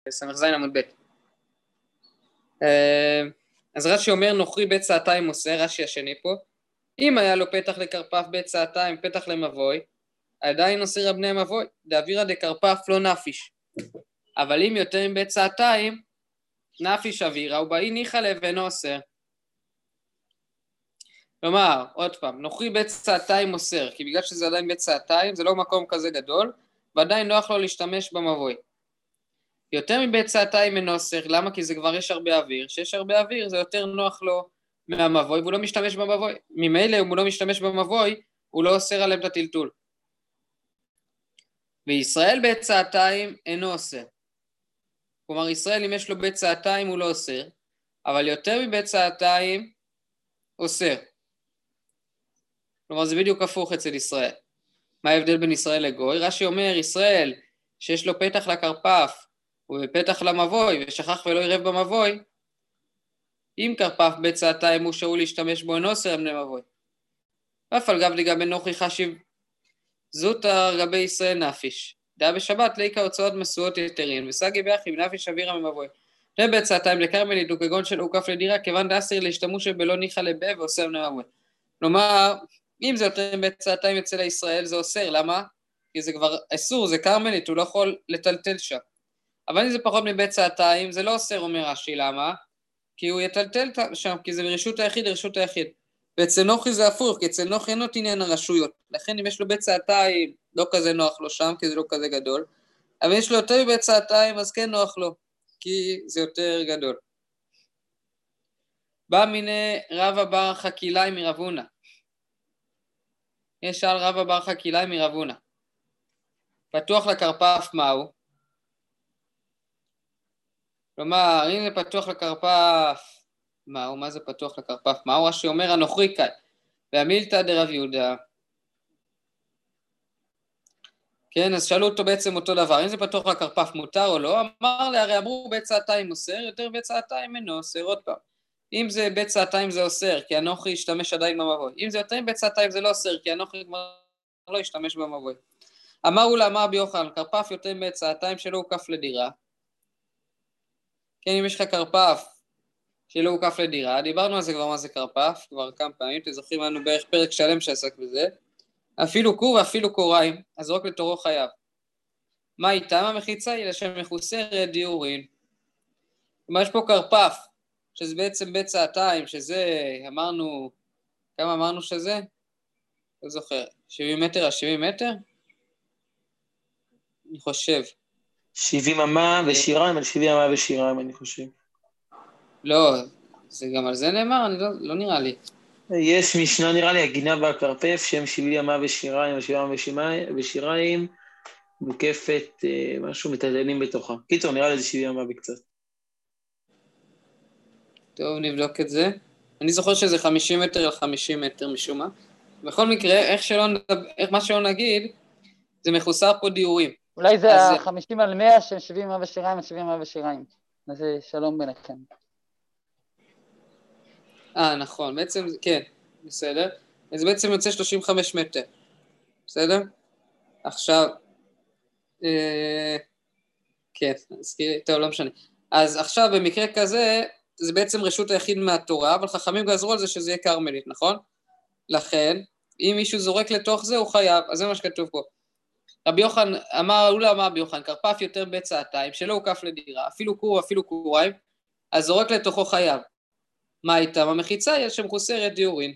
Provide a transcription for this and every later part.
ס"ז עמוד ב'. אז רש"י אומר נוכרי בית צעתיים עושה, רש"י השני פה, אם היה לו פתח לקרפף בית צעתיים, פתח למבוי, עדיין אוסר על בני המבוי, דאווירא דקרפף לא נפיש. אבל אם יותר מבית צעתיים, נפיש אווירא, ובאי ניחא ליה ואינו אוסר. כלומר, עוד פעם, נוכרי בית צעתיים אוסר, כי בגלל שזה עדיין בית צעתיים, זה לא מקום כזה גדול, ועדיין נוח לו להשתמש במבוי. יותר מבית צעתיים אינו אוסר, למה? כי זה כבר יש הרבה אוויר, שיש הרבה אוויר זה יותר נוח לו מהמבוי, והוא לא משתמש במבוי. ממילא אם הוא לא משתמש במבוי, הוא לא אוסר עליהם את הטלטול. וישראל בית צעתיים אינו אוסר. כלומר, ישראל אם יש לו בית צעתיים הוא לא אוסר, אבל יותר מבית צעתיים אוסר. כלומר, זה בדיוק הפוך אצל ישראל. מה ההבדל בין ישראל לגוי? רש"י אומר, ישראל שיש לו פתח לקרפף, ובפתח למבוי, ושכח ולא עירב במבוי, אם קרפף בית צעתיים הוא שאול להשתמש בו, אינו אוסר בני מבוי. אף על גב לגבי נוכרי חשיב, זוטא גבי ישראל נפיש. דעה בשבת ליקה הוצאות מסועות יתרין, וסגי באחי נפיש אווירא ממבוי. בית צעתיים לקרמלית וכגון של עוקף לדירה, כיוון דאסיר להשתמוש בלא ניחא לבה ואוסר בני מבוי. כלומר, אם זה יותר בית צעתיים אצל הישראל, זה אוסר, למה? כי זה כבר אסור, זה קרמלית, הוא לא יכול לטלטל שם. אבל אם זה פחות מבית צעתיים, זה לא אוסר, אומר רש"י, למה? כי הוא יטלטל שם, כי זה ברשות היחיד לרשות היחיד. ואצל נוכרי זה הפוך, כי אצל נוכרי אין לו עניין הרשויות. לכן אם יש לו בית צעתיים, לא כזה נוח לו שם, כי זה לא כזה גדול. אבל אם יש לו יותר מבית צעתיים, אז כן נוח לו, כי זה יותר גדול. בא מיני רבא בר חכילאי מרב הונא. יש שאל רבא בר חכילאי מרב הונא. פתוח לקרפף מהו? כלומר, אם זה פתוח לקרפף, מה זה פתוח לקרפף? מהו? רש"י אומר הנוכרי קאי, והמילתא דרב יהודה. כן, אז שאלו אותו בעצם אותו דבר, אם זה פתוח לקרפף מותר או לא? אמר לי, הרי אמרו בית צעתיים אוסר, יותר בית צעתיים אינו אוסר, עוד פעם. אם זה בית צעתיים זה אוסר, כי הנוכרי ישתמש עדיין במבוי. אם זה יותר בית צעתיים זה לא אוסר, כי הנוכרי כבר לא ישתמש במבוי. אמרו לה, אמר רבי יוחנן, קרפף יותר בית צעתיים שלא הוקף לדירה. כן, אם יש לך קרפף שלא הוקף לדירה, דיברנו על זה כבר מה זה קרפף, כבר כמה פעמים, אתם זוכרים לנו בערך פרק שלם שעסק בזה, אפילו קור ואפילו קוריים, אז רק לתורו חייב. מה איתם המחיצה? היא לשם מחוסרת דיורין. כלומר יש פה קרפף, שזה בעצם בית צעתיים, שזה אמרנו, כמה אמרנו שזה? לא זוכר, 70 מטר על 70 מטר? אני חושב. 70 אמה ושיריים על 70 אמה ושיריים, אני חושב. לא, זה גם על זה נאמר? אני לא נראה לי. יש משנה נראה לי, הגינה והקרפף, שהם 70 אמה ושיריים, על 70 אמה ושיריים, מוקפת משהו, מטלטלים בתוכה. קיצור, נראה לי זה 70 אמה וקצת. טוב, נבדוק את זה. אני זוכר שזה 50 מטר על 50 מטר משום מה. בכל מקרה, איך מה שלא נגיד, זה מחוסר פה דיורים. אולי זה ה-50 על 100 של 70 אמה ושיריים על 70 אמה ושיריים. אז זה שלום ביניכם. נכון, בעצם, כן, בסדר. אז בעצם יוצא 35 מטר. בסדר? עכשיו, כן, טוב, לא משנה. אז עכשיו במקרה כזה, זה בעצם רשות היחיד מהתורה, אבל חכמים גזרו על זה שזה יהיה קרמלית, נכון? לכן, אם מישהו זורק לתוך זה, הוא חייב, אז זה מה שכתוב פה. רבי יוחנן אמר, לא אמר רבי יוחנן, קרפף יותר בית צעתיים, שלא הוקף לדירה, אפילו קור אפילו קוריים, אז זורק לתוכו חייב. מה איתם? המחיצה היא שמחוסרת דיורין.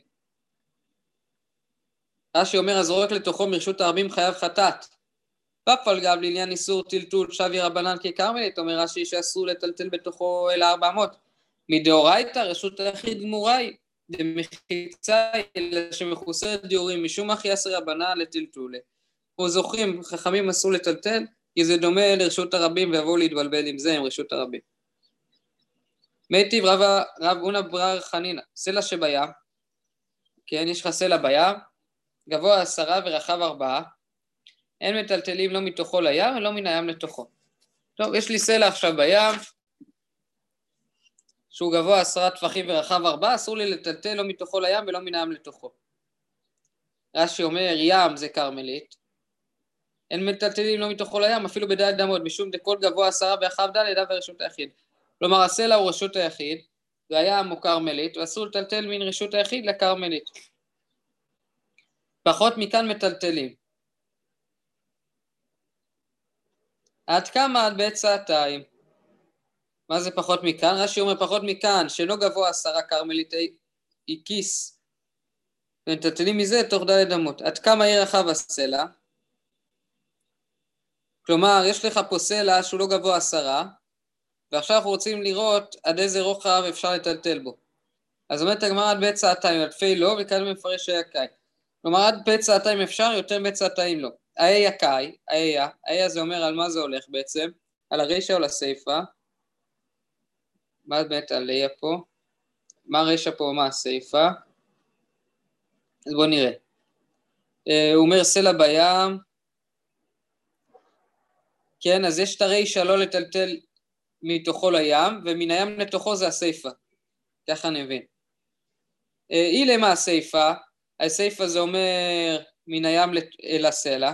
רש"י אומר, אז זורק לתוכו מרשות הרבים חייב חטאת. ואף על גב לעניין איסור טלטול שבי רבנן כקרמלית, אומר רש"י שאסור לטלטל בתוכו אל 400. מדאורייתא רשות היחיד גמורה היא, דמחיצה אלא שמחוסרת דיורים, משום אחי אסר רבנן לטלטולה. פה זוכרים, חכמים אסור לטלטל, כי זה דומה לרשות הרבים ויבואו להתבלבל עם זה, עם רשות הרבים. מיטיב רב הונא בר חנינא, סלע שבים, כן, יש לך סלע בים, גבוה 10 ורחב 4, אין מטלטלים לא מתוכו לים ולא מן הים לתוכו. טוב, יש לי סלע עכשיו בים, שהוא גבוה 10 טפחים ורחב 4, אסור לי לטלטל לא מתוכו לים ולא מן הים לתוכו. רש"י אומר, ים זה קרמלית, אין מטלטלים לא מתוכו לים, אפילו בדלת אמות, משום דכל גבוה 10 ואחיו ד' אף ורשות היחיד. כלומר, הסלע הוא רשות היחיד, והים הוא כרמלית, ואסור לטלטל מן רשות היחיד לכרמלית. פחות מכאן מטלטלים. עד כמה? עד בעצתיים. מה זה פחות מכאן? רש"י אומר פחות מכאן, שאינו גבוה 10 כרמלית כיס, ומטלטלים מזה תוך ד' אמות. עד כמה יהיה רחב הסלע? כלומר, יש לך פה סלע שהוא לא גבוה 10, ועכשיו אנחנו רוצים לראות עד איזה רוחב אפשר לטלטל בו. אז אומרת הגמרא עד בעצתיים, אלפי לא, וכאן מפרש היקאי. כלומר, עד בעצתיים אפשר, יותר בעצתיים לא. היקאי, היה זה אומר על מה זה הולך בעצם? על הרישא או לסייפה? מה באמת על היה פה? מה הרישא פה ומה הסייפה? אז בואו נראה. הוא אומר סלע בים, כן, אז יש את הרישא לא לטלטל מתוכו לים, ומן הים לתוכו זה הסייפה. ככה אני מבין. למה הסייפה? הסייפה זה אומר מן הים אל הסלע.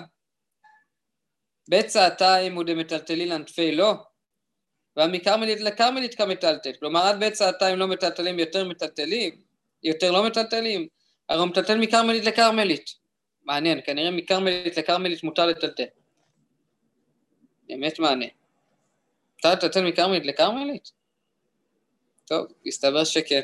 בעצתיים הוא דמטלטלין ענפי לא, והמכרמלית לכרמלית כמטלטל. כלומר, עד בעצתיים לא מטלטלים, יותר מטלטלים, יותר לא מטלטלים, הרי הוא מטלטל מכרמלית לכרמלית. מעניין, כנראה מכרמלית לכרמלית מותר לטלטל. באמת מעניין. מותר לטלטל מכרמלית לכרמלית? טוב, הסתבר שכן.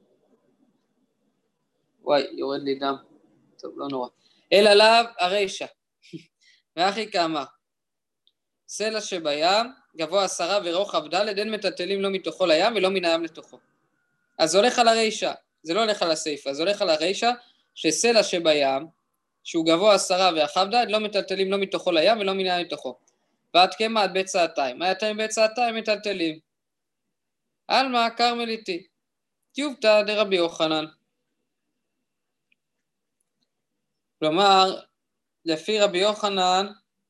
וואי, יורד לי דם. טוב, לא נורא. אל עליו הרישא. ואחי כמה. סלע שבים, גבוה 10 ורוחב ד' אין מטלטלים לא מתוכו לים ולא מן הים לתוכו. אז זה הולך על הרישא, זה לא הולך על הסייפה, זה הולך על הרישא, שסלע שבים, שהוא גבוה 10 ואחיו ד' לא מטלטלים לא מתוכו לים ולא מן הים לתוכו. ועד כמה עד בעצתיים. מה יותר בעצתיים מטלטלים? עלמא כרמליתי. טיובתא דרבי יוחנן. כלומר, לפי רבי יוחנן,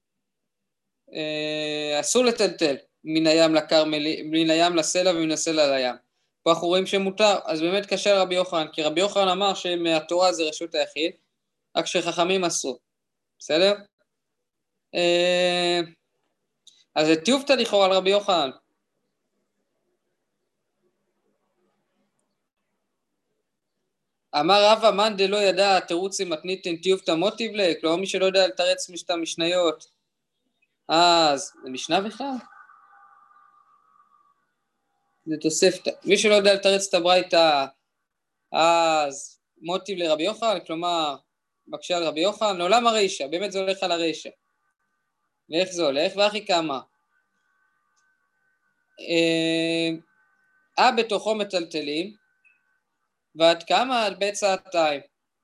אסור לטלטל מן הים לסלע ומן הסלע לים. פה אנחנו רואים שמותר, אז באמת קשה לרבי יוחנן, כי רבי יוחנן אמר שמהתורה זה רשות היחיד, רק שחכמים אסרו. בסדר? אז זה טיובתא לכאורה על רבי יוחנן. אמר רבא מאן דלא ידע תירוצי מתניתין טיובתא מוטיב ליה, כלומר מי שלא יודע לתרץ משתה משניות, אז זה משנה בכלל? זה תוספתא. מי שלא יודע לתרץ את הברייתא, אז מוטיב לרבי יוחנן, כלומר מקשה על רבי יוחנן, לעולם הרישא, באמת זה הולך על הרישא. ואיך זה הולך? ואחי כמה? בתוכו מטלטלים, ועד כמה? עד בעצתיים.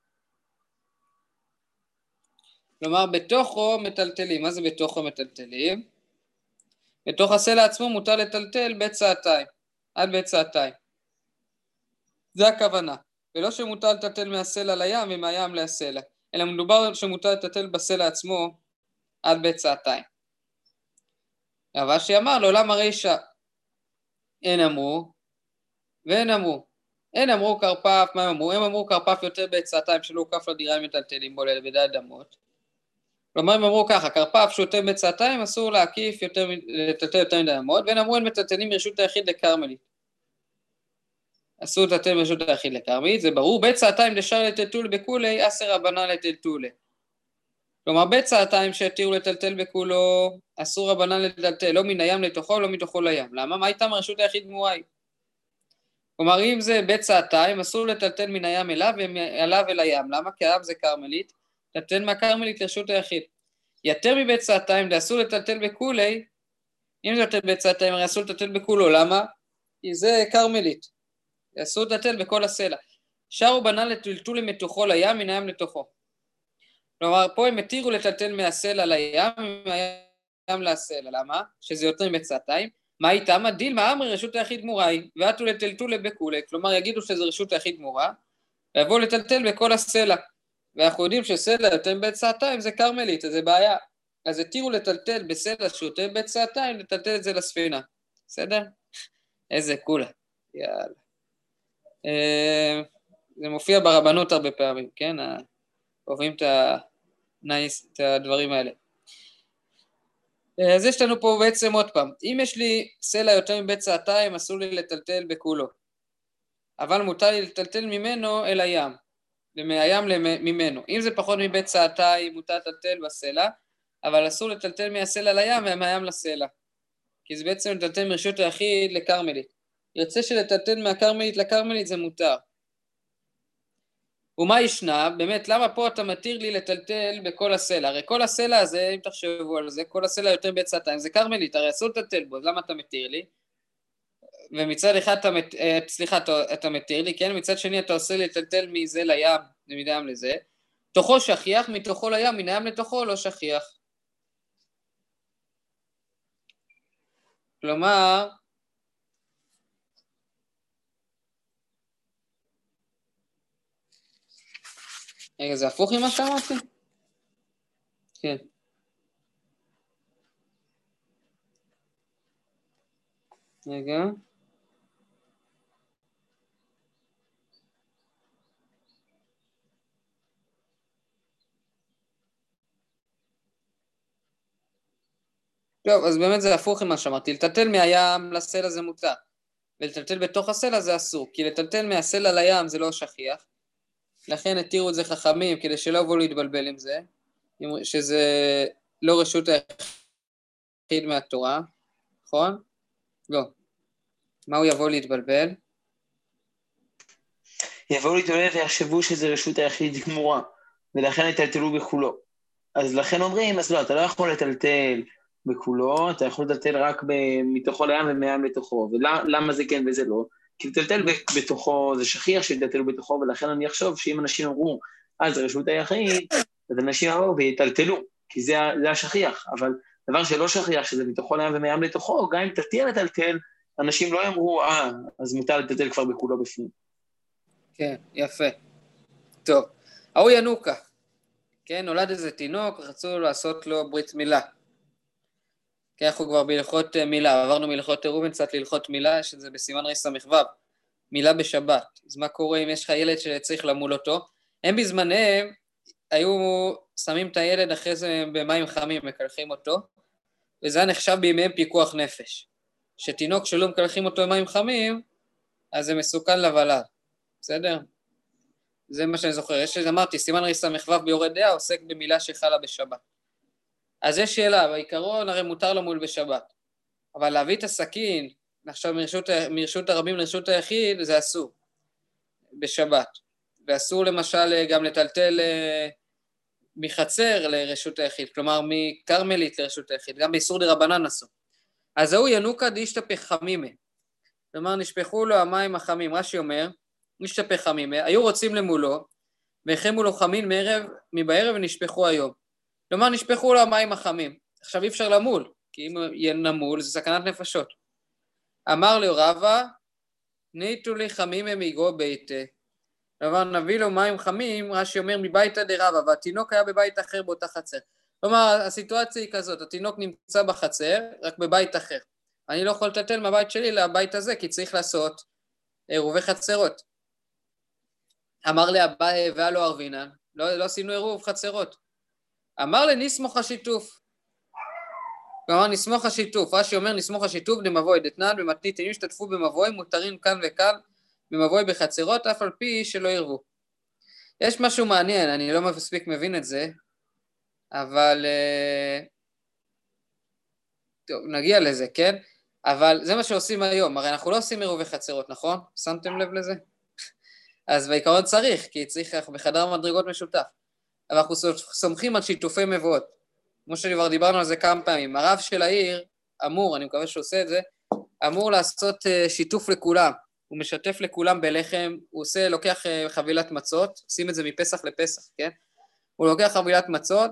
כלומר, בתוכו מטלטלים. מה זה בתוכו מטלטלים? בתוך הסלע עצמו מותר לטלטל בעצתיים, עד בעצתיים. זה הכוונה. ולא שמותר לטלטל מהסלע לים ומהים להסלע, אלא מדובר שמותר לטלטל בסלע עצמו עד בעצתיים. אבל שאמר לעולם הרישא, אין אמרו, ואין אמרו. אין אמרו קרפף, מה הם אמרו? הם אמרו קרפף יותר בעצתיים שלא הוקף לדירה עם מטלטלים בו בדלת אמות. כלומר הם אמרו ככה, קרפף שהוא יותר בעצתיים אסור להקיף לטלטל יותר מדי אמות, והם אמרו אין מטלטלים ברשות היחיד לכרמלית. אסור לטלטל ברשות היחיד לכרמלית, זה ברור. בעצתיים דשר לטלטול בכולי, אסר רבנן לטלטולי. כלומר בעצתיים שהתירו לטלטל בכולו, אסור רבנן לטלטל, לא מן הים לתוכו, לא מתוכו לים. למה? מה איתם רשות היחיד גמוראי? כלומר, אם זה בעצתיים, אסור לטלטל מן הים אליו ואליו אל הים. למה? כי הים זה כרמלית, לטלטל מהכרמלית לרשות היחיד. יותר מבעצתיים, זה אסור לטלטל בכולי, אם זה יותר בעצתיים, הרי אסור לטלטל בכולו. למה? כי זה כרמלית. אסור לטלטל בכל הסלע. שרו בנה לטלטול מתוכו לים, מן הים לתוכו. כלומר, פה הם התירו לטלטל מהסלע לים, מהים לסלע. למה? שזה יותר מבעצתיים. מה איתם? דילמה אמרי רשות היחיד גמוראי, ועתו לטלטול בכולי, כלומר יגידו שזה רשות היחיד גמורה, ויבואו לטלטל בכל הסלע. ואנחנו יודעים שסלע יותר בעצתיים זה כרמלית, אז זה בעיה. אז התירו לטלטל בסלע שיותר בעצתיים, לטלטל את זה לספינה. בסדר? איזה קולה. יאללה. זה מופיע ברבנות הרבה פעמים, כן? אוהבים את הדברים האלה. אז יש לנו פה בעצם עוד פעם, אם יש לי סלע יותר מבית צעתיים, אסור לי לטלטל בכולו, אבל מותר לי לטלטל ממנו אל הים, ומהים ממנו. אם זה פחות מבית צעתיים, מותר לטלטל בסלע, אבל אסור לטלטל מהסלע לים ומהים לסלע, כי זה בעצם לטלטל מרשות היחיד לקרמלית. יוצא שלטלטל מהקרמלית לקרמלית זה מותר. ומה ישנה? באמת, למה פה אתה מתיר לי לטלטל בכל הסלע? הרי כל הסלע הזה, אם תחשבו על זה, כל הסלע יותר בית צעתיים, זה קרמלית, הרי אסור לטלטל בו, אז למה אתה מתיר לי? ומצד אחד אתה מתיר לי, כן? מצד שני אתה עושה לי לטלטל מזה לים, מים לזה. תוכו שכיח, מתוכו לים, מן הים לתוכו לא שכיח. כלומר, רגע, זה הפוך ממה שאמרתי? כן. רגע. טוב, אז באמת זה הפוך ממה שאמרתי. לטלטל מהים לסלע זה מותר, ולטלטל בתוך הסלע זה אסור, כי לטלטל מהסלע לים זה לא שכיח, לכן התירו את זה חכמים כדי שלא יבואו להתבלבל עם זה, שזה לא רשות היחיד מהתורה, נכון? לא. מה הוא יבוא להתבלבל? יבואו להתבלבל ויחשבו שזה רשות היחיד גמורה, ולכן יטלטלו בכולו. אז לכן אומרים, אז לא, אתה לא יכול לטלטל בכולו, אתה יכול לטלטל רק מתוכו לים ומהים לתוכו. ולמה זה כן וזה לא? כי לטלטל בתוכו זה שכיח שלטלטלו בתוכו, ולכן אני אחשוב שאם אנשים אמרו, זה רשות היחיד, אז אנשים אמרו ויטלטלו, כי זה השכיח. אבל דבר שלא שכיח, שזה מתוכו לים ומהים לתוכו, גם אם תתיר לטלטל, אנשים לא אמרו, אז מותר לטלטל כבר בכולו בפנים. כן, יפה. טוב, ההוא ינוקה. כן, נולד איזה תינוק, רצו לעשות לו ברית מילה. כי אנחנו כבר בהלכות מילה, עברנו מהלכות ראובן קצת להלכות מילה, שזה בסימן רס"ו, מילה בשבת. אז מה קורה אם יש לך ילד שצריך למול אותו? הם בזמניהם היו שמים את הילד אחרי זה במים חמים, מקלחים אותו, וזה נחשב בימיהם פיקוח נפש. שתינוק שלא מקלחים אותו במים חמים, אז זה מסוכן לבלד. בסדר? זה מה שאני זוכר. יש אמרתי, סימן רס"ו ביורד דעה עוסק במילה שחלה בשבת. אז יש שאלה, בעיקרון הרי מותר למול בשבת, אבל להביא את הסכין, עכשיו מרשות הרבים לרשות היחיד, זה אסור, בשבת. ואסור למשל גם לטלטל מחצר לרשות היחיד, כלומר מקרמלית לרשות היחיד, גם באיסור דרבנן אסור. אז הוא ינוקה דאשתפך חמימה, כלומר נשפכו לו המים החמים, רש"י אומר, נשתפך חמימה, היו רוצים למולו, והחרימו לו חמין מבערב ונשפכו היום. כלומר, נשפכו לו המים החמים. עכשיו אי אפשר למול, כי אם נמול זה סכנת נפשות. אמר לו רבא, ניתו לי חמימה מגו ביתה. כלומר, נביא לו מים חמים, רש"י אומר מביתה דרבא, והתינוק היה בבית אחר באותה חצר. כלומר, הסיטואציה היא כזאת, התינוק נמצא בחצר, רק בבית אחר. אני לא יכול לטלטל מהבית שלי לבית הזה, כי צריך לעשות עירובי חצרות. אמר לאביי ואלו ארבינן, לא עשינו עירוב חצרות. אמר לנסמוך השיתוף. כלומר, נסמוך השיתוף. רש"י אומר, נסמוך השיתוף דמבוי דתנן, במתנית, אם ישתתפו במבוי, מותרים כאן וכאן, במבוי בחצרות, אף על פי שלא ירבו. יש משהו מעניין, אני לא מספיק מבין את זה, אבל טוב, נגיע לזה, כן? אבל זה מה שעושים היום, הרי אנחנו לא עושים עירובי חצרות, נכון? שמתם לב לזה? אז בעיקרון צריך, כי צריך בחדר מדרגות משותף. אבל אנחנו סומכים על שיתופי מבואות. כמו שכבר דיברנו על זה כמה פעמים. הרב של העיר אמור, אני מקווה שהוא עושה את זה, אמור לעשות שיתוף לכולם. הוא משתף לכולם בלחם, הוא לוקח חבילת מצות, שים את זה מפסח לפסח, כן? הוא לוקח חבילת מצות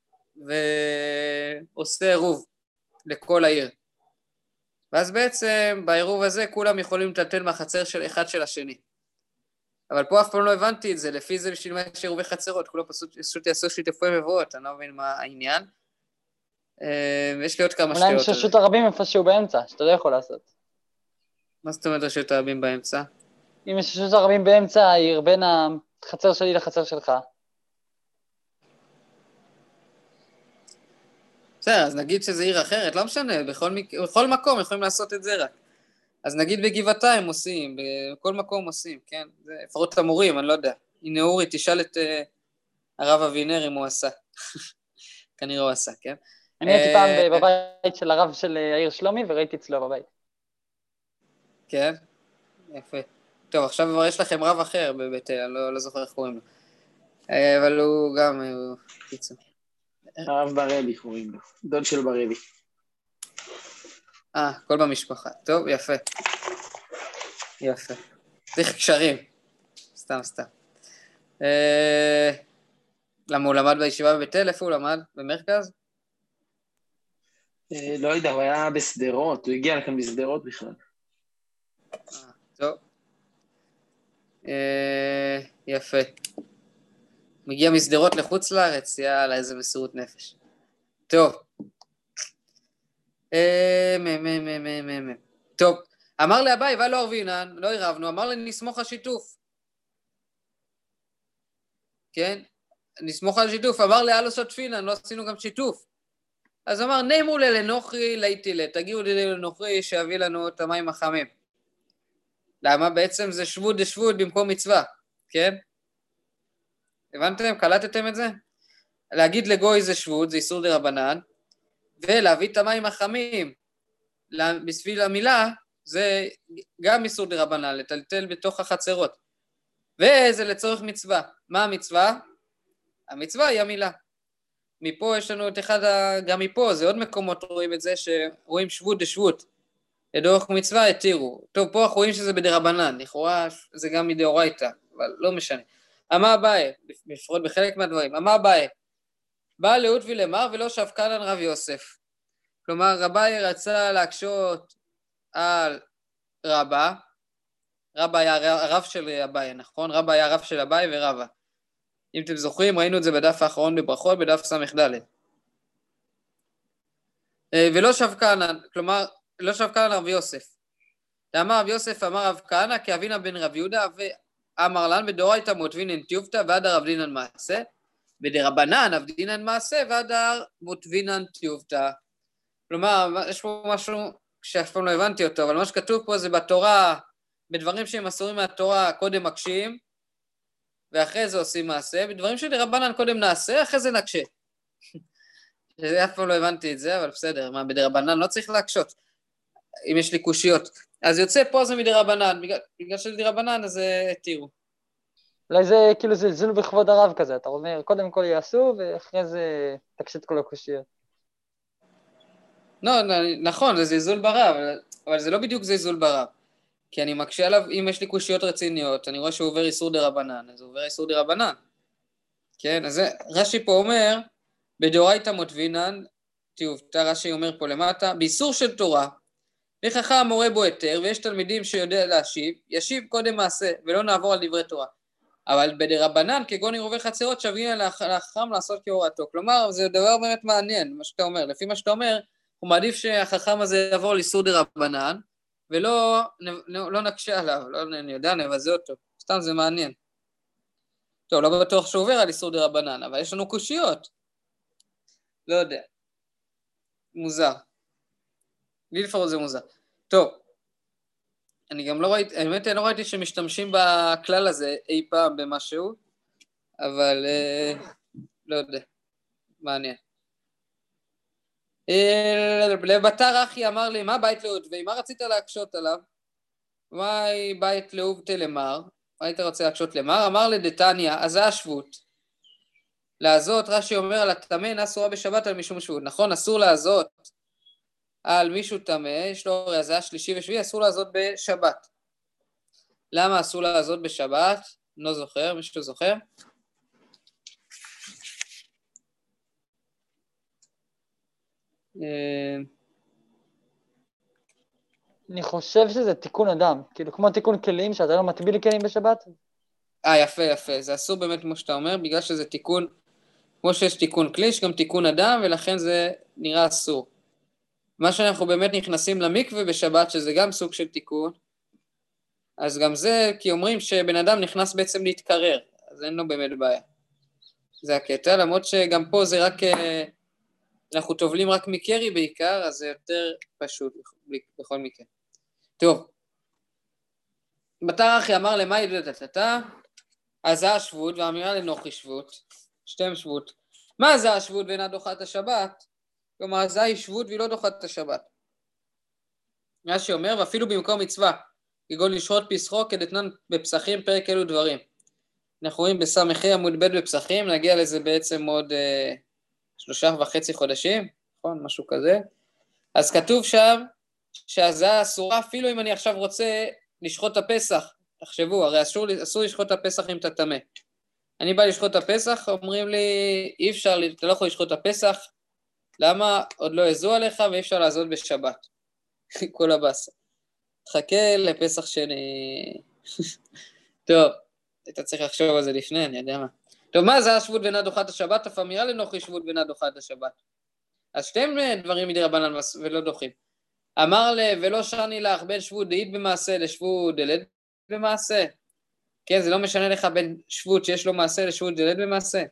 ועושה עירוב לכל העיר. ואז בעצם בעירוב הזה כולם יכולים לטלטל מהחצר של אחד של השני. אבל פה אף פעם לא הבנתי את זה, לפי זה בשביל מה יש עירובי חצרות, כולם פשוט יעשו שיתופי מבואות, אני לא מבין מה העניין. יש לי עוד כמה שטויות. אולי עם רשות הרבים איפשהו באמצע, שאתה לא יכול לעשות. מה זאת אומרת רשות הרבים באמצע? אם יש רשות הרבים באמצע העיר, בין החצר שלי לחצר שלך. בסדר, אז נגיד שזה עיר אחרת, לא משנה, בכל מקום יכולים לעשות את זה רק. אז נגיד בגבעתיים עושים, בכל מקום עושים, כן? זה לפחות המורים, אני לא יודע. הנה אורי, תשאל את הרב אבינר אם הוא עשה. כנראה הוא עשה, כן? אני הייתי פעם בבית של הרב של העיר שלומי, וראיתי אצלו בבית. כן? יפה. טוב, עכשיו כבר יש לכם רב אחר בבית אל, אני לא זוכר איך קוראים לו. אבל הוא גם, קיצור. הרב ברבי קוראים לו, דוד של ברבי. כל במשפחה. טוב, יפה. יפה. צריך קשרים. סתם. למה הוא למד בישיבה בבית אל? איפה הוא למד? במרכז? לא יודע, הוא היה בסדרות, הוא הגיע לכאן בסדרות בכלל. טוב. יפה. מגיע מסדרות לחוץ לארץ, יאללה, איזה מסירות נפש. טוב. טוב, אמר לאביי, ולא ארבינן, לא עירבנו, אמר לי, נסמוך על שיתוף. כן? נסמוך על שיתוף, אמר לי, הלו שותפינן, לא עשינו גם שיתוף. אז אמר, נאמו לנוכרי ליתילה, תגיעו לנוכרי שיביא לנו את המים החמים. למה? בעצם זה שבוד דשבוד במקום מצווה, כן? הבנתם? קלטתם את זה? להגיד לגוי זה שבוד, זה איסור דרבנן, ולהביא את המים החמים בשביל המילה, זה גם איסור דרבנן, לטלטל בתוך החצרות. וזה לצורך מצווה. מה המצווה? המצווה היא המילה. מפה יש לנו את אחד, גם מפה, זה עוד מקומות רואים את זה, שרואים שבוד דשבוד. לדורך מצווה התירו. טוב, פה אנחנו רואים שזה בדרבנן, לכאורה זה גם מדאורייתא, אבל לא משנה. אמה אביי, לפחות בחלק מהדברים, אמה אביי, בא לאות ולמר ולא שב קלן רב יוסף. כלומר, רביי רצה להקשות על רבא, רבא היה הרב של אביי, נכון? רבא היה הרב של אביי ורבא. אם אתם זוכרים, ראינו את זה בדף האחרון בברכות, בדף ס"ד. ולא שב קלן, כלומר, לא שב קלן רב יוסף. אמר רב יוסף, אמר רב כהנא, כאבינה בן רב יהודה, ואמר לן בדאורייתא מוטבינן טיובתא, ועד רבדינן מעשה, בדרבנן אבדינן מעשה, ועד מוטבינן טיובתא. כלומר, יש פה משהו שאף פעם לא הבנתי אותו, אבל מה שכתוב פה זה בתורה, בדברים שהם אסורים מהתורה, קודם מקשים, ואחרי זה עושים מעשה, בדברים שדרבנן קודם נעשה, אחרי זה נקשה. אף פעם לא הבנתי את זה, אבל בסדר, מה, בדרבנן לא צריך להקשות, אם יש לי קושיות. אז יוצא פה זה מדרבנן, בגלל שדרבנן אז תראו. אולי זה כאילו זלזול בכבוד הרב כזה, אתה אומר, קודם כל יעשו, ואחרי זה תקשט כל הקושיות. לא, נכון, זה זלזול ברב, אבל זה לא בדיוק זלזול ברב. כי אני מקשה עליו, אם יש לי קושיות רציניות, אני רואה שהוא עובר איסור דרבנן, אז הוא עובר איסור דרבנן. כן, אז רש"י פה אומר, בדאורייתא מוטבינן, טיובתא, רש"י אומר פה למטה, באיסור של תורה, וחכם מורה בו היתר, ויש תלמידים שיודע להשיב, ישיב קודם מעשה, ולא נעבור על דברי תורה. אבל בדרבנן, כגון עירובי חצרות, שווים לחכם לעשות כהורתו. כלומר, זה דבר באמת מעניין, מה שאתה אומר. לפי מה שאתה אומר, הוא מעדיף שהחכם הזה יעבור לאיסור דרבנן, ולא לא נקשה עליו, לא אני יודע, נבזה אותו. סתם זה מעניין. טוב, לא בטוח שהוא עובר על איסור דרבנן, אבל יש לנו קושיות. לא יודע. מוזר. לי לפחות זה מוזר. טוב. אני גם לא ראיתי, האמת לא ראיתי שמשתמשים בכלל הזה אי פעם במשהו, אבל לא יודע, מעניין. לבתר אחי אמר לי, מה בית לאוד? ומה רצית להקשות עליו? מה בית לאוב תלמר? מה היית רוצה להקשות למר? אמר לדתניא, אז זה השבות. לעזות, רש"י אומר על הטמא, אסורה בשבת על משום שבות. נכון, אסור לעזות על מישהו טמא, יש לו הרי הזעה שלישי ושביעי, אסור לעזות בשבת. למה אסור לעזות בשבת? לא זוכר, מישהו זוכר? אני חושב שזה תיקון אדם, כאילו כמו תיקון כלים, שאתה לא מטביל כלים בשבת. יפה, יפה, זה אסור באמת כמו שאתה אומר, בגלל שזה תיקון, כמו שיש תיקון כלי, יש גם תיקון אדם, ולכן זה נראה אסור. מה שאנחנו באמת נכנסים למקווה בשבת, שזה גם סוג של תיקון, אז גם זה, כי אומרים שבן אדם נכנס בעצם להתקרר, אז אין לו באמת בעיה. זה הקטע, למרות שגם פה זה רק אנחנו טובלים רק מקרי בעיקר, אז זה יותר פשוט בכל מקרה. טוב. בתר אחי אמר למה ידעתתה, אז זה השבות, והאמירה לנוחי שבות, שתיהם שבות. מה זה השבות ואינה דוחה את השבת? כלומר, זה היא שבות והיא לא דוחה את השבת. מה שאומר, ואפילו במקום מצווה, כגון לשחוט פסחו כדתנן בפסחים פרק אלו דברים. אנחנו רואים בסמכי עמוד ב' בפסחים, נגיע לזה בעצם עוד 3.5 חודשים, נכון? משהו כזה. אז כתוב שם שהזעה אסורה, אפילו אם אני עכשיו רוצה לשחוט את הפסח. תחשבו, הרי אסור לשחוט את הפסח אם אתה טמא. אני בא לשחוט את הפסח, אומרים לי, אי אפשר, אתה לא יכול לשחוט את הפסח, למה? עוד לא יזו עליך ואי אפשר לעזות בשבת. כל הבאסה. תחכה לפסח שני. טוב, אתה צריך לחשוב על זה לפני, אני יודע מה. טוב, מה זה השבות ואינה דוחה את השבת? אף אמירה לנוחי שבות ואינה דוחה את השבת. אז שתיהם דברים מדי רבנן ולא דוחים. אמר ולא שני לך בין שבות דאית במעשה לשבות דלת במעשה. כן, זה לא משנה לך בין שבות שיש לו מעשה לשבות דלת במעשה.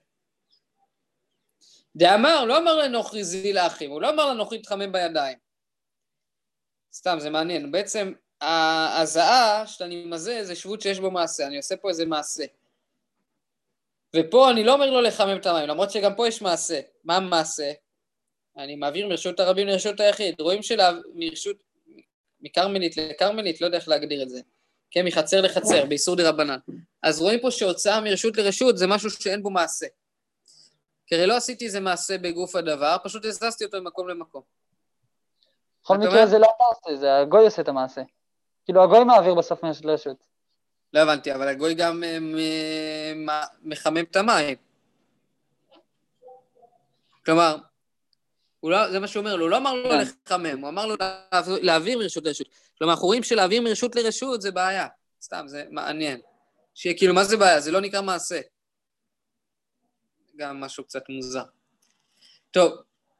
דאמר, לא אמר לנוחי זיל האחים, הוא לא אמר לנוחי תחמם בידיים. סתם, זה מעניין. בעצם, הזעה שאני מזה זה שבות שיש בו מעשה, אני עושה פה איזה מעשה. ופה אני לא אומר לו לחמם את המים, למרות שגם פה יש מעשה. מה המעשה? אני מעביר מרשות הרבים לרשות היחיד. רואים מקרמלית לקרמלית, לא יודע איך להגדיר את זה. כן, מחצר לחצר, באיסור דרבנן. אז רואים פה שהוצאה מרשות לרשות זה משהו שאין בו מעשה. כי הרי לא עשיתי איזה מעשה בגוף הדבר, פשוט הזזתי אותו ממקום למקום. בכל מקרה זה לא אתה עושה, זה הגוי עושה את המעשה. כאילו הגוי מעביר בסוף מרשות לרשות. לא הבנתי, אבל הגוי גם מחמם את המים. כלומר, זה מה שהוא אומר לו, הוא לא אמר לו לחמם, הוא אמר לו להעביר מרשות לרשות. כלומר, אנחנו רואים שלהעביר מרשות לרשות זה בעיה. סתם, זה מעניין. כאילו, מה זה בעיה? זה לא נקרא מעשה. גם משהו קצת מוזר. טוב,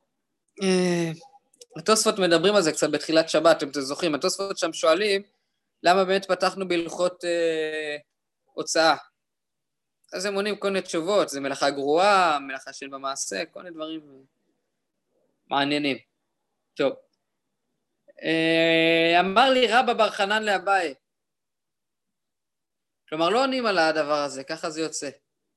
התוספות מדברים על זה קצת בתחילת שבת, אתם זוכרים, התוספות שם שואלים, למה באמת פתחנו בהלכות הוצאה? אז הם עונים כל מיני תשובות, זה מלאכה גרועה, מלאכה של במעשה, כל מיני דברים מעניינים. טוב. אמר לי רבא בר חנן לאביי. כלומר, לא עונים על הדבר הזה, ככה זה יוצא.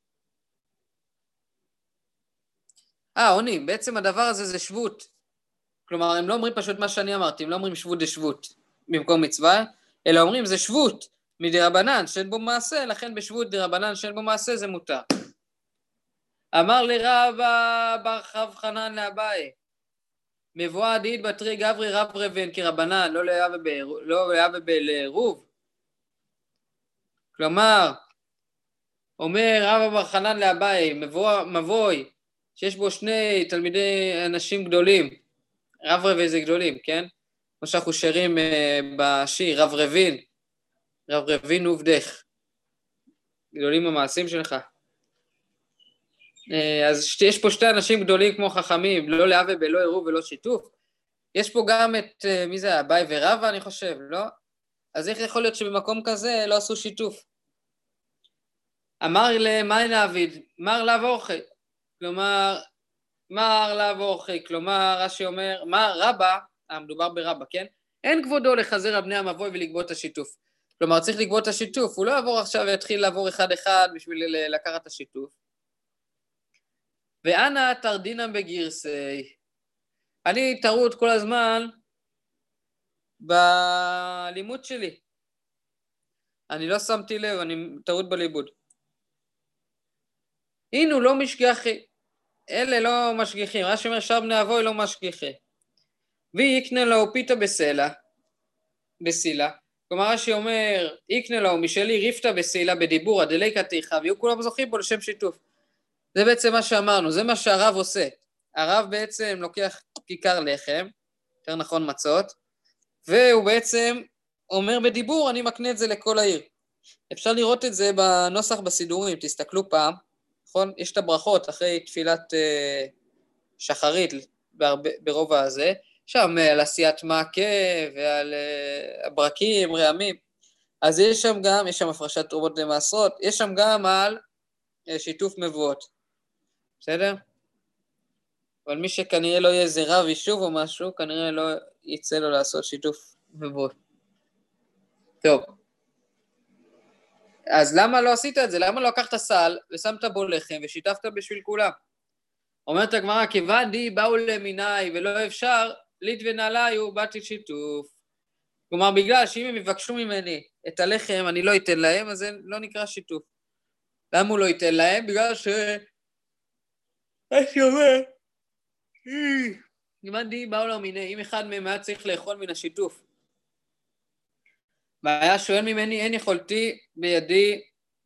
עונים, בעצם הדבר הזה זה שבות. כלומר, הם לא אומרים פשוט מה שאני אמרתי, הם לא אומרים שבות דשבות במקום מצווה, אלא אומרים זה שבות מדרבנן שאין בו מעשה, לכן בשבות דרבנן שאין בו מעשה זה מותר. אמר לרבא בר חב חנן לאביי, מבואה דאית בתרי גברי רב רבן כרבנן, לא היה בלערוב. כלומר, אומר רבא בר חנן לאביי, מבוי, שיש בו שני תלמידי אנשים גדולים, רב רבי זה גדולים, כן? כמו שאנחנו שרים בשיר, רב רבין עובדך. גדולים המעשים שלך. אז יש פה שתי אנשים גדולים כמו חכמים, לא להווה בלא עירוב ולא שיתוף. יש פה גם את, מי זה, אביי ורבא אני חושב, לא? אז איך יכול להיות שבמקום כזה לא עשו שיתוף? אמר למאי נעביד, מר לאו אורחי. כלומר, מר לאו אורחי, כלומר, רש"י אומר, מר רבא, מדובר ברבא, כן? אין כבודו לחזר על בני המבוי ולגבות את השיתוף. כלומר, צריך לגבות את השיתוף, הוא לא יעבור עכשיו ויתחיל לעבור אחד בשביל לקחת את השיתוף. ואנא תרדינם בגירסי. אני טרוד כל הזמן בלימוד שלי. אני לא שמתי לב, אני טרוד בלימוד. הנה לא משגיחי. אלה לא משגיחים. רש"י אומר שאר בני אבוי לא משגיחי. ויקנה לו פיתה בסילה. כלומר רש"י אומר, יקנה לו משלי ריפתא בסילה בדיבור הדלי כתיכה, ויהיו כולם זוכים פה לשם שיתוף. זה בעצם מה שאמרנו, זה מה שהרב עושה. הרב בעצם לוקח כיכר לחם, יותר נכון מצות, והוא בעצם אומר בדיבור, אני מקנה את זה לכל העיר. אפשר לראות את זה בנוסח בסידורים, תסתכלו פעם, נכון? יש את הברכות אחרי תפילת שחרית ברוב הזה, שם על עשיית מעקה ועל הברקים, רעמים. אז יש שם הפרשת תרומות למעשרות, יש שם גם על שיתוף מבואות. בסדר? אבל מי שכנראה לא יהיה איזה רב יישוב או משהו, כנראה לא יצא לו לעשות שיתוף מבוא. טוב. אז למה לא עשית את זה? למה לא לקחת סל ושמת בו לחם ושיתפת בשביל כולם? אומרת הגמרא, כיוון די באו למיני ולא אפשר, לית ונעליו באתי שיתוף. כלומר, בגלל שאם הם יבקשו ממני את הלחם, אני לא אתן להם, אז זה לא נקרא שיתוף. למה הוא לא ייתן להם? בגלל ש... הייתי אומר, כיוון די באו למיני, אם אחד מהם היה צריך לאכול מן השיתוף, והיה שואל ממני, אין יכולתי בידי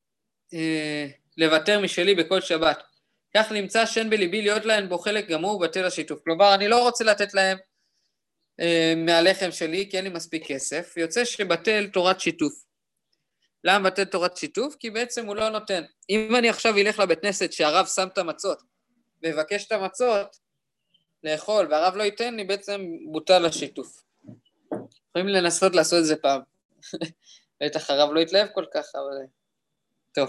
לוותר משלי בכל שבת. כך נמצא שאין בליבי להיות להם בו חלק גמור בטל השיתוף. כלומר, אני לא רוצה לתת להם מהלחם שלי, כי אין לי מספיק כסף. יוצא שבטל תורת שיתוף. למה בטל תורת שיתוף? כי בעצם הוא לא נותן. אם אני עכשיו אלך לבית כנסת שהרב שם את המצות, ויבקש את המצות לאכול, והרב לא ייתן לי, בעצם בוטל השיתוף. יכולים לנסות לעשות את זה פעם. בטח הרב לא יתלהב כל כך, אבל... טוב.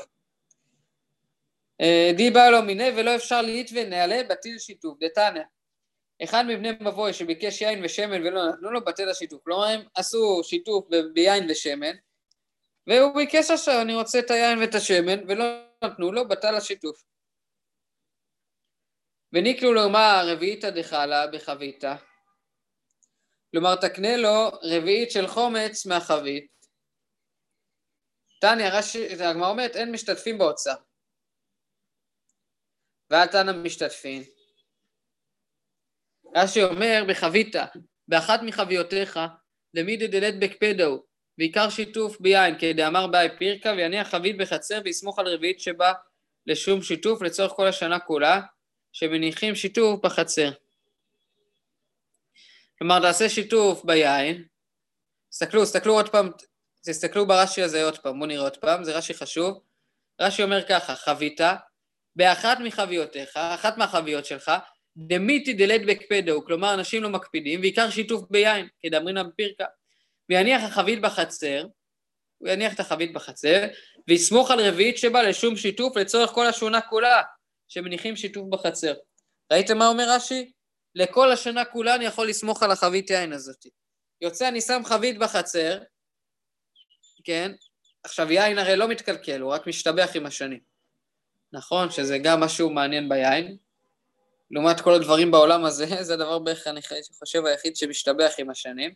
די בא לו מיני ולא אפשר להית ונעלה בטיל שיתוף. דתניא. אחד מבני מבוי שביקש יין ושמן ולא נתנו לו בטל השיתוף. כלומר, הם עשו שיתוף ביין ושמן, והוא ביקש עכשיו, אני רוצה את היין ואת השמן, ולא נתנו לו, בטל השיתוף. וניקלו לומר רביעיתא דחלה בחביתה. כלומר, תקנה לו רביעית של חומץ מהחבית. תניא, הגמרא אומרת, אין משתתפים באוצר. ואל תנא משתתפין. רש"י אומר, בחביתה, באחת מחביותיך, דמידי דלת בקפדו, ועיקר שיתוף ביין, כדאמר באי פירקה, ויניח חבית בחצר, ויסמוך על רביעית שבה לשום שיתוף, לצורך כל השנה כולה, שמניחים שיתוף בחצר. כלומר, תעשה שיתוף ביין, תסתכלו עוד פעם, תסתכלו ברש"י הזה עוד פעם, בואו נראה עוד פעם, זה רש"י חשוב. רש"י אומר ככה, חביתה, באחת מחביותיך, אחת מהחביות שלך, דמיתי דלת בקפדו, כלומר אנשים לא מקפידים, ועיקר שיתוף ביין, כדאמרינא בפירקה, ויניח החבית בחצר, הוא יניח את החבית בחצר, ויסמוך על רביעית שבה לשום שיתוף, לצורך כל השנה כולה, שמניחים שיתוף בחצר. ראיתם מה אומר רש"י? לכל השנה כולה אני יכול לסמוך על החבית יין הזאת. יוצא אני שם חבית בחצר, כן? עכשיו יין הרי לא מתקלקל, הוא רק משתבח עם השנים. נכון שזה גם משהו מעניין ביין, לעומת כל הדברים בעולם הזה, זה הדבר בערך אני חושב היחיד שמשתבח עם השנים.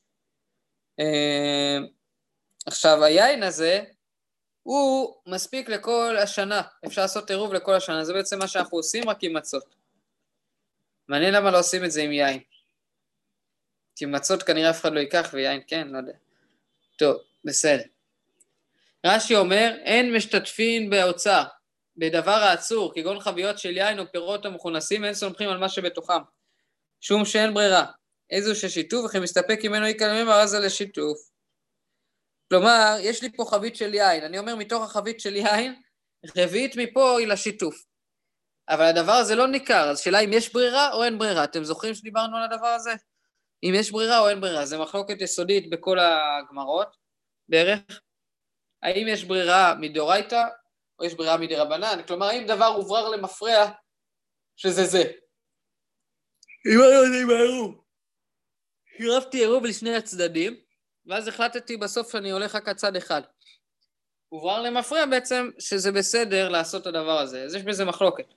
עכשיו היין הזה, הוא מספיק לכל השנה, אפשר לעשות עירוב לכל השנה, זה בעצם מה שאנחנו עושים רק עם מצות. מעניין למה לא עושים את זה עם יין. כי מצות כנראה אף אחד לא ייקח ויין כן, לא יודע. טוב, בסדר. רש"י אומר, אין משתתפין באוצר, בדבר העצור, כגון חביות של יין או פירות המכונסים, אין סומכים על מה שבתוכם. שום שאין ברירה. איזו ששיתוף, וכי מסתפק ממנו יקלמם, הרי זה לשיתוף. כלומר, יש לי פה חבית של יין, אני אומר מתוך החבית של יין, רביעית מפה היא לשיתוף. אבל הדבר הזה לא ניכר, אז שאלה אם יש ברירה או אין ברירה. אתם זוכרים שדיברנו על הדבר הזה? אם יש ברירה או אין ברירה, זה מחלוקת יסודית בכל הגמרות, בערך. האם יש ברירה מדאורייתא, או יש ברירה מדרבנן? כלומר, האם דבר הוברר למפרע, שזה זה. אם אני בעירוב. הרבתי עירוב לשני הצדדים, ואז החלטתי בסוף שאני הולך רק הצד אחד. הוברר למפרע בעצם שזה בסדר לעשות את הדבר הזה, אז יש בזה מחלוקת.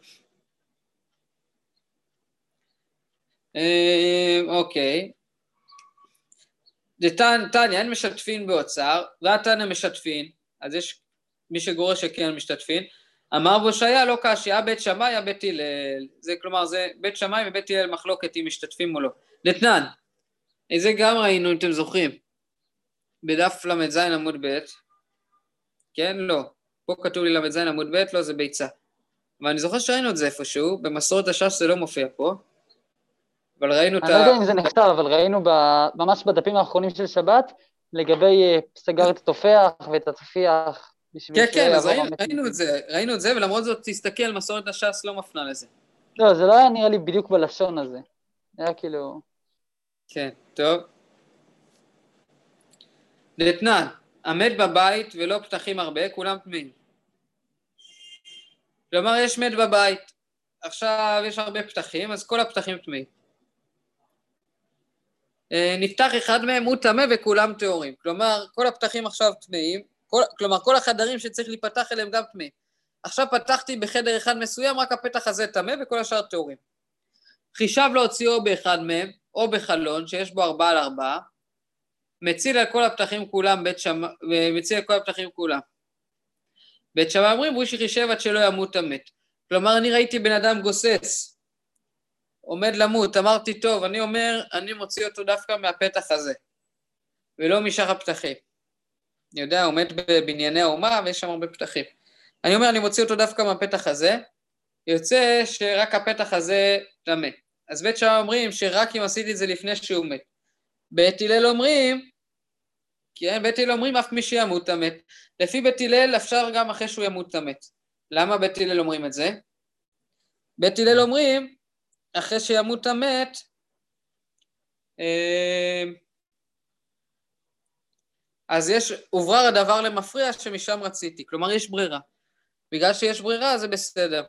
אוקיי. תניא, אין משתתפין באוצר, והתניא משתתפין, אז יש מי שגורר שכן משתתפין, אמר בו שהיה לא קשיא, בית שמאי, בית הלל, זה כלומר זה בית שמאי ובית הלל מחלוקת אם משתתפים או לא. דתנן, זה גם ראינו אם אתם זוכרים, בדף למד זין עמוד ב', כן? לא. פה כתוב לי למד זין עמוד ב', לא, זה ביצה. אבל אני זוכר שראינו את זה איפשהו, במסורת הש"ס זה לא מופיע פה, אבל ראינו את אני לא יודע אם זה נכתב, אבל ראינו ממש בדפים האחרונים של שבת, לגבי סגרת התופח ואת התפיח. כן, כן, אז ראינו את זה, ולמרות זאת תסתכל, מסורת הש"ס לא מפנה לזה. לא, זה לא היה נראה לי בדיוק בלשון הזה. היה כאילו... כן, טוב. דתנן, עמד בבית ולא פתחים הרבה, כולם טמאים. כלומר, יש מת בבית, עכשיו יש הרבה פתחים, אז כל הפתחים טמאים. נפתח אחד מהם הוא טמא וכולם טהורים. כלומר, כל הפתחים עכשיו טמאים, כלומר, כל החדרים שצריך להיפתח אליהם גם טמאים. עכשיו פתחתי בחדר אחד מסוים, רק הפתח הזה טמא וכל השאר טהורים. חישב להוציאו באחד מהם, או בחלון שיש בו 4x4, מציל על כל הפתחים כולם, מציל על כל הפתחים כולם. בית שמאי אומרים, הוא שחישב עד שלא ימות המת. כלומר, אני ראיתי בן אדם גוסס, עומד למות, אמרתי, טוב, אני אומר, אני מוציא אותו דווקא מהפתח הזה, ולא משאר הפתחים. אני יודע, עומד בבנייני האומה, ויש שם הרבה פתחים. אני אומר, אני מוציא אותו דווקא מהפתח הזה, יוצא שרק הפתח הזה טמא. אז בית שמאי אומרים שרק אם עשיתי את זה לפני שהוא מת. בית הלל אומרים, כן, בית הלל אומרים אף מי שימות המת. לפי בית הלל אפשר גם אחרי שהוא ימות המת. למה בית הלל אומרים את זה? בית הלל אומרים, אחרי שימות המת, אז יש, עוברר הדבר למפריע שמשם רציתי. כלומר, יש ברירה. בגלל שיש ברירה, זה בסדר.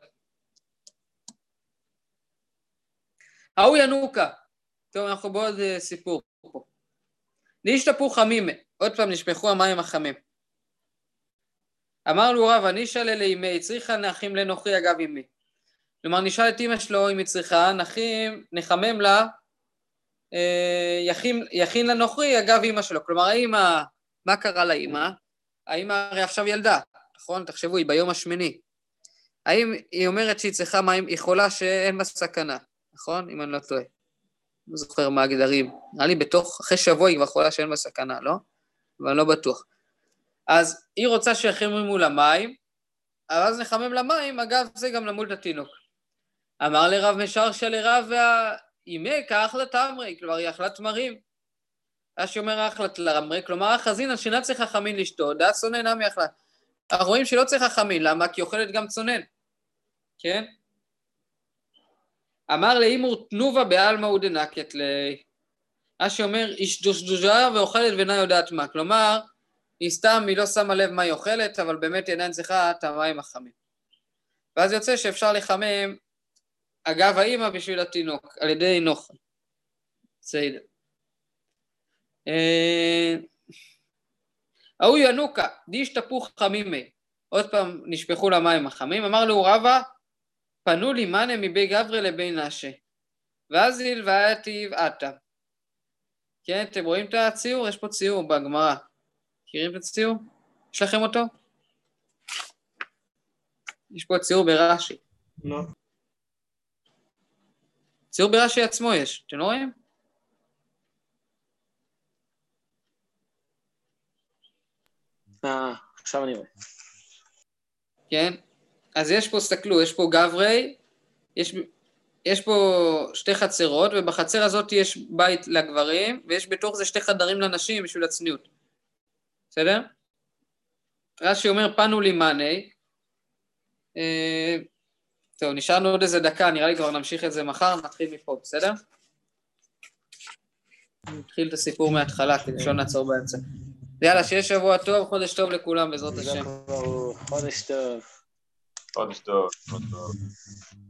ההוא ינוקה. טוב, אנחנו בעוד סיפור פה. נשתפו חמים, עוד פעם נשפכו המים החמים. אמר לו רב, אני אשאל לאמי, צריכה נחים לנוחי אגב אמי. כלומר, נשאל את אמא שלו אם היא צריכה, נחמם לה, יכין לנוחי אגב אמא שלו. כלומר, האמא, מה קרה לאמא? האמא הרי עכשיו ילדה, נכון? תחשבו, היא ביום השמיני. האם היא אומרת שהיא צריכה מים, היא חולה שאין בה סכנה, נכון? אם אני לא טועה. לא זוכר מה הגדרים. נראה לי אחרי שבוע היא כבר חולה שאין בה סכנה, לא? אבל אני לא בטוח. אז היא רוצה שיחממו למים, אבל אז נחמם למים, אגב, זה גם למול את התינוק. אמר לרב משרשה לרב והאימי כאחלה תמרי, כלומר היא אכלה תמרים. אז שאומר אכלה תמרי, כלומר החזין שינה צריכה חמין לשתות, דעת צונן נמי אכלה. אנחנו רואים שלא צריכה חמין, למה? כי אוכלת גם צונן. כן? אמר לאימור תנובה בעלמא ודנקת לי. אז שאומר איש דושדושה ואוכלת ואינה יודעת מה. כלומר, היא סתם, היא לא שמה לב מה היא אוכלת, אבל באמת היא עדיין צריכה את המים החמים. ואז יוצא שאפשר לחמם אגב האמא בשביל התינוק, על ידי נוכל. בסדר. ההוא ינוקה, דיש תפוך חמימי. עוד פעם נשפכו למים החמים, אמר לו רבא, פנו לי מנה מבי גברי לבי נשה. ואז הלוויתיו עתה. כן, אתם רואים את הציור? יש פה ציור בגמרא. מכירים את הציור? יש לכם אותו? יש פה ציור ברש"י. לא. ציור ברש"י עצמו יש, אתם לא רואים? עכשיו אני רואה. כן? אז יש פה, סתכלו, יש פה גברי, יש פה שתי חצרות, ובחצר הזאת יש בית לגברים, ויש בתוך זה שתי חדרים לנשים בשביל הצניעות. בסדר? רש"י אומר, פנו לי מני. טוב, נשארנו עוד איזה דקה, נראה לי כבר נמשיך את זה מחר, נתחיל מפה, בסדר? נתחיל את הסיפור מההתחלה, כדי שלא נעצור באמצע. יאללה, שיהיה שבוע טוב, חודש טוב לכולם, בעזרת השם. חודש טוב. חודש טוב.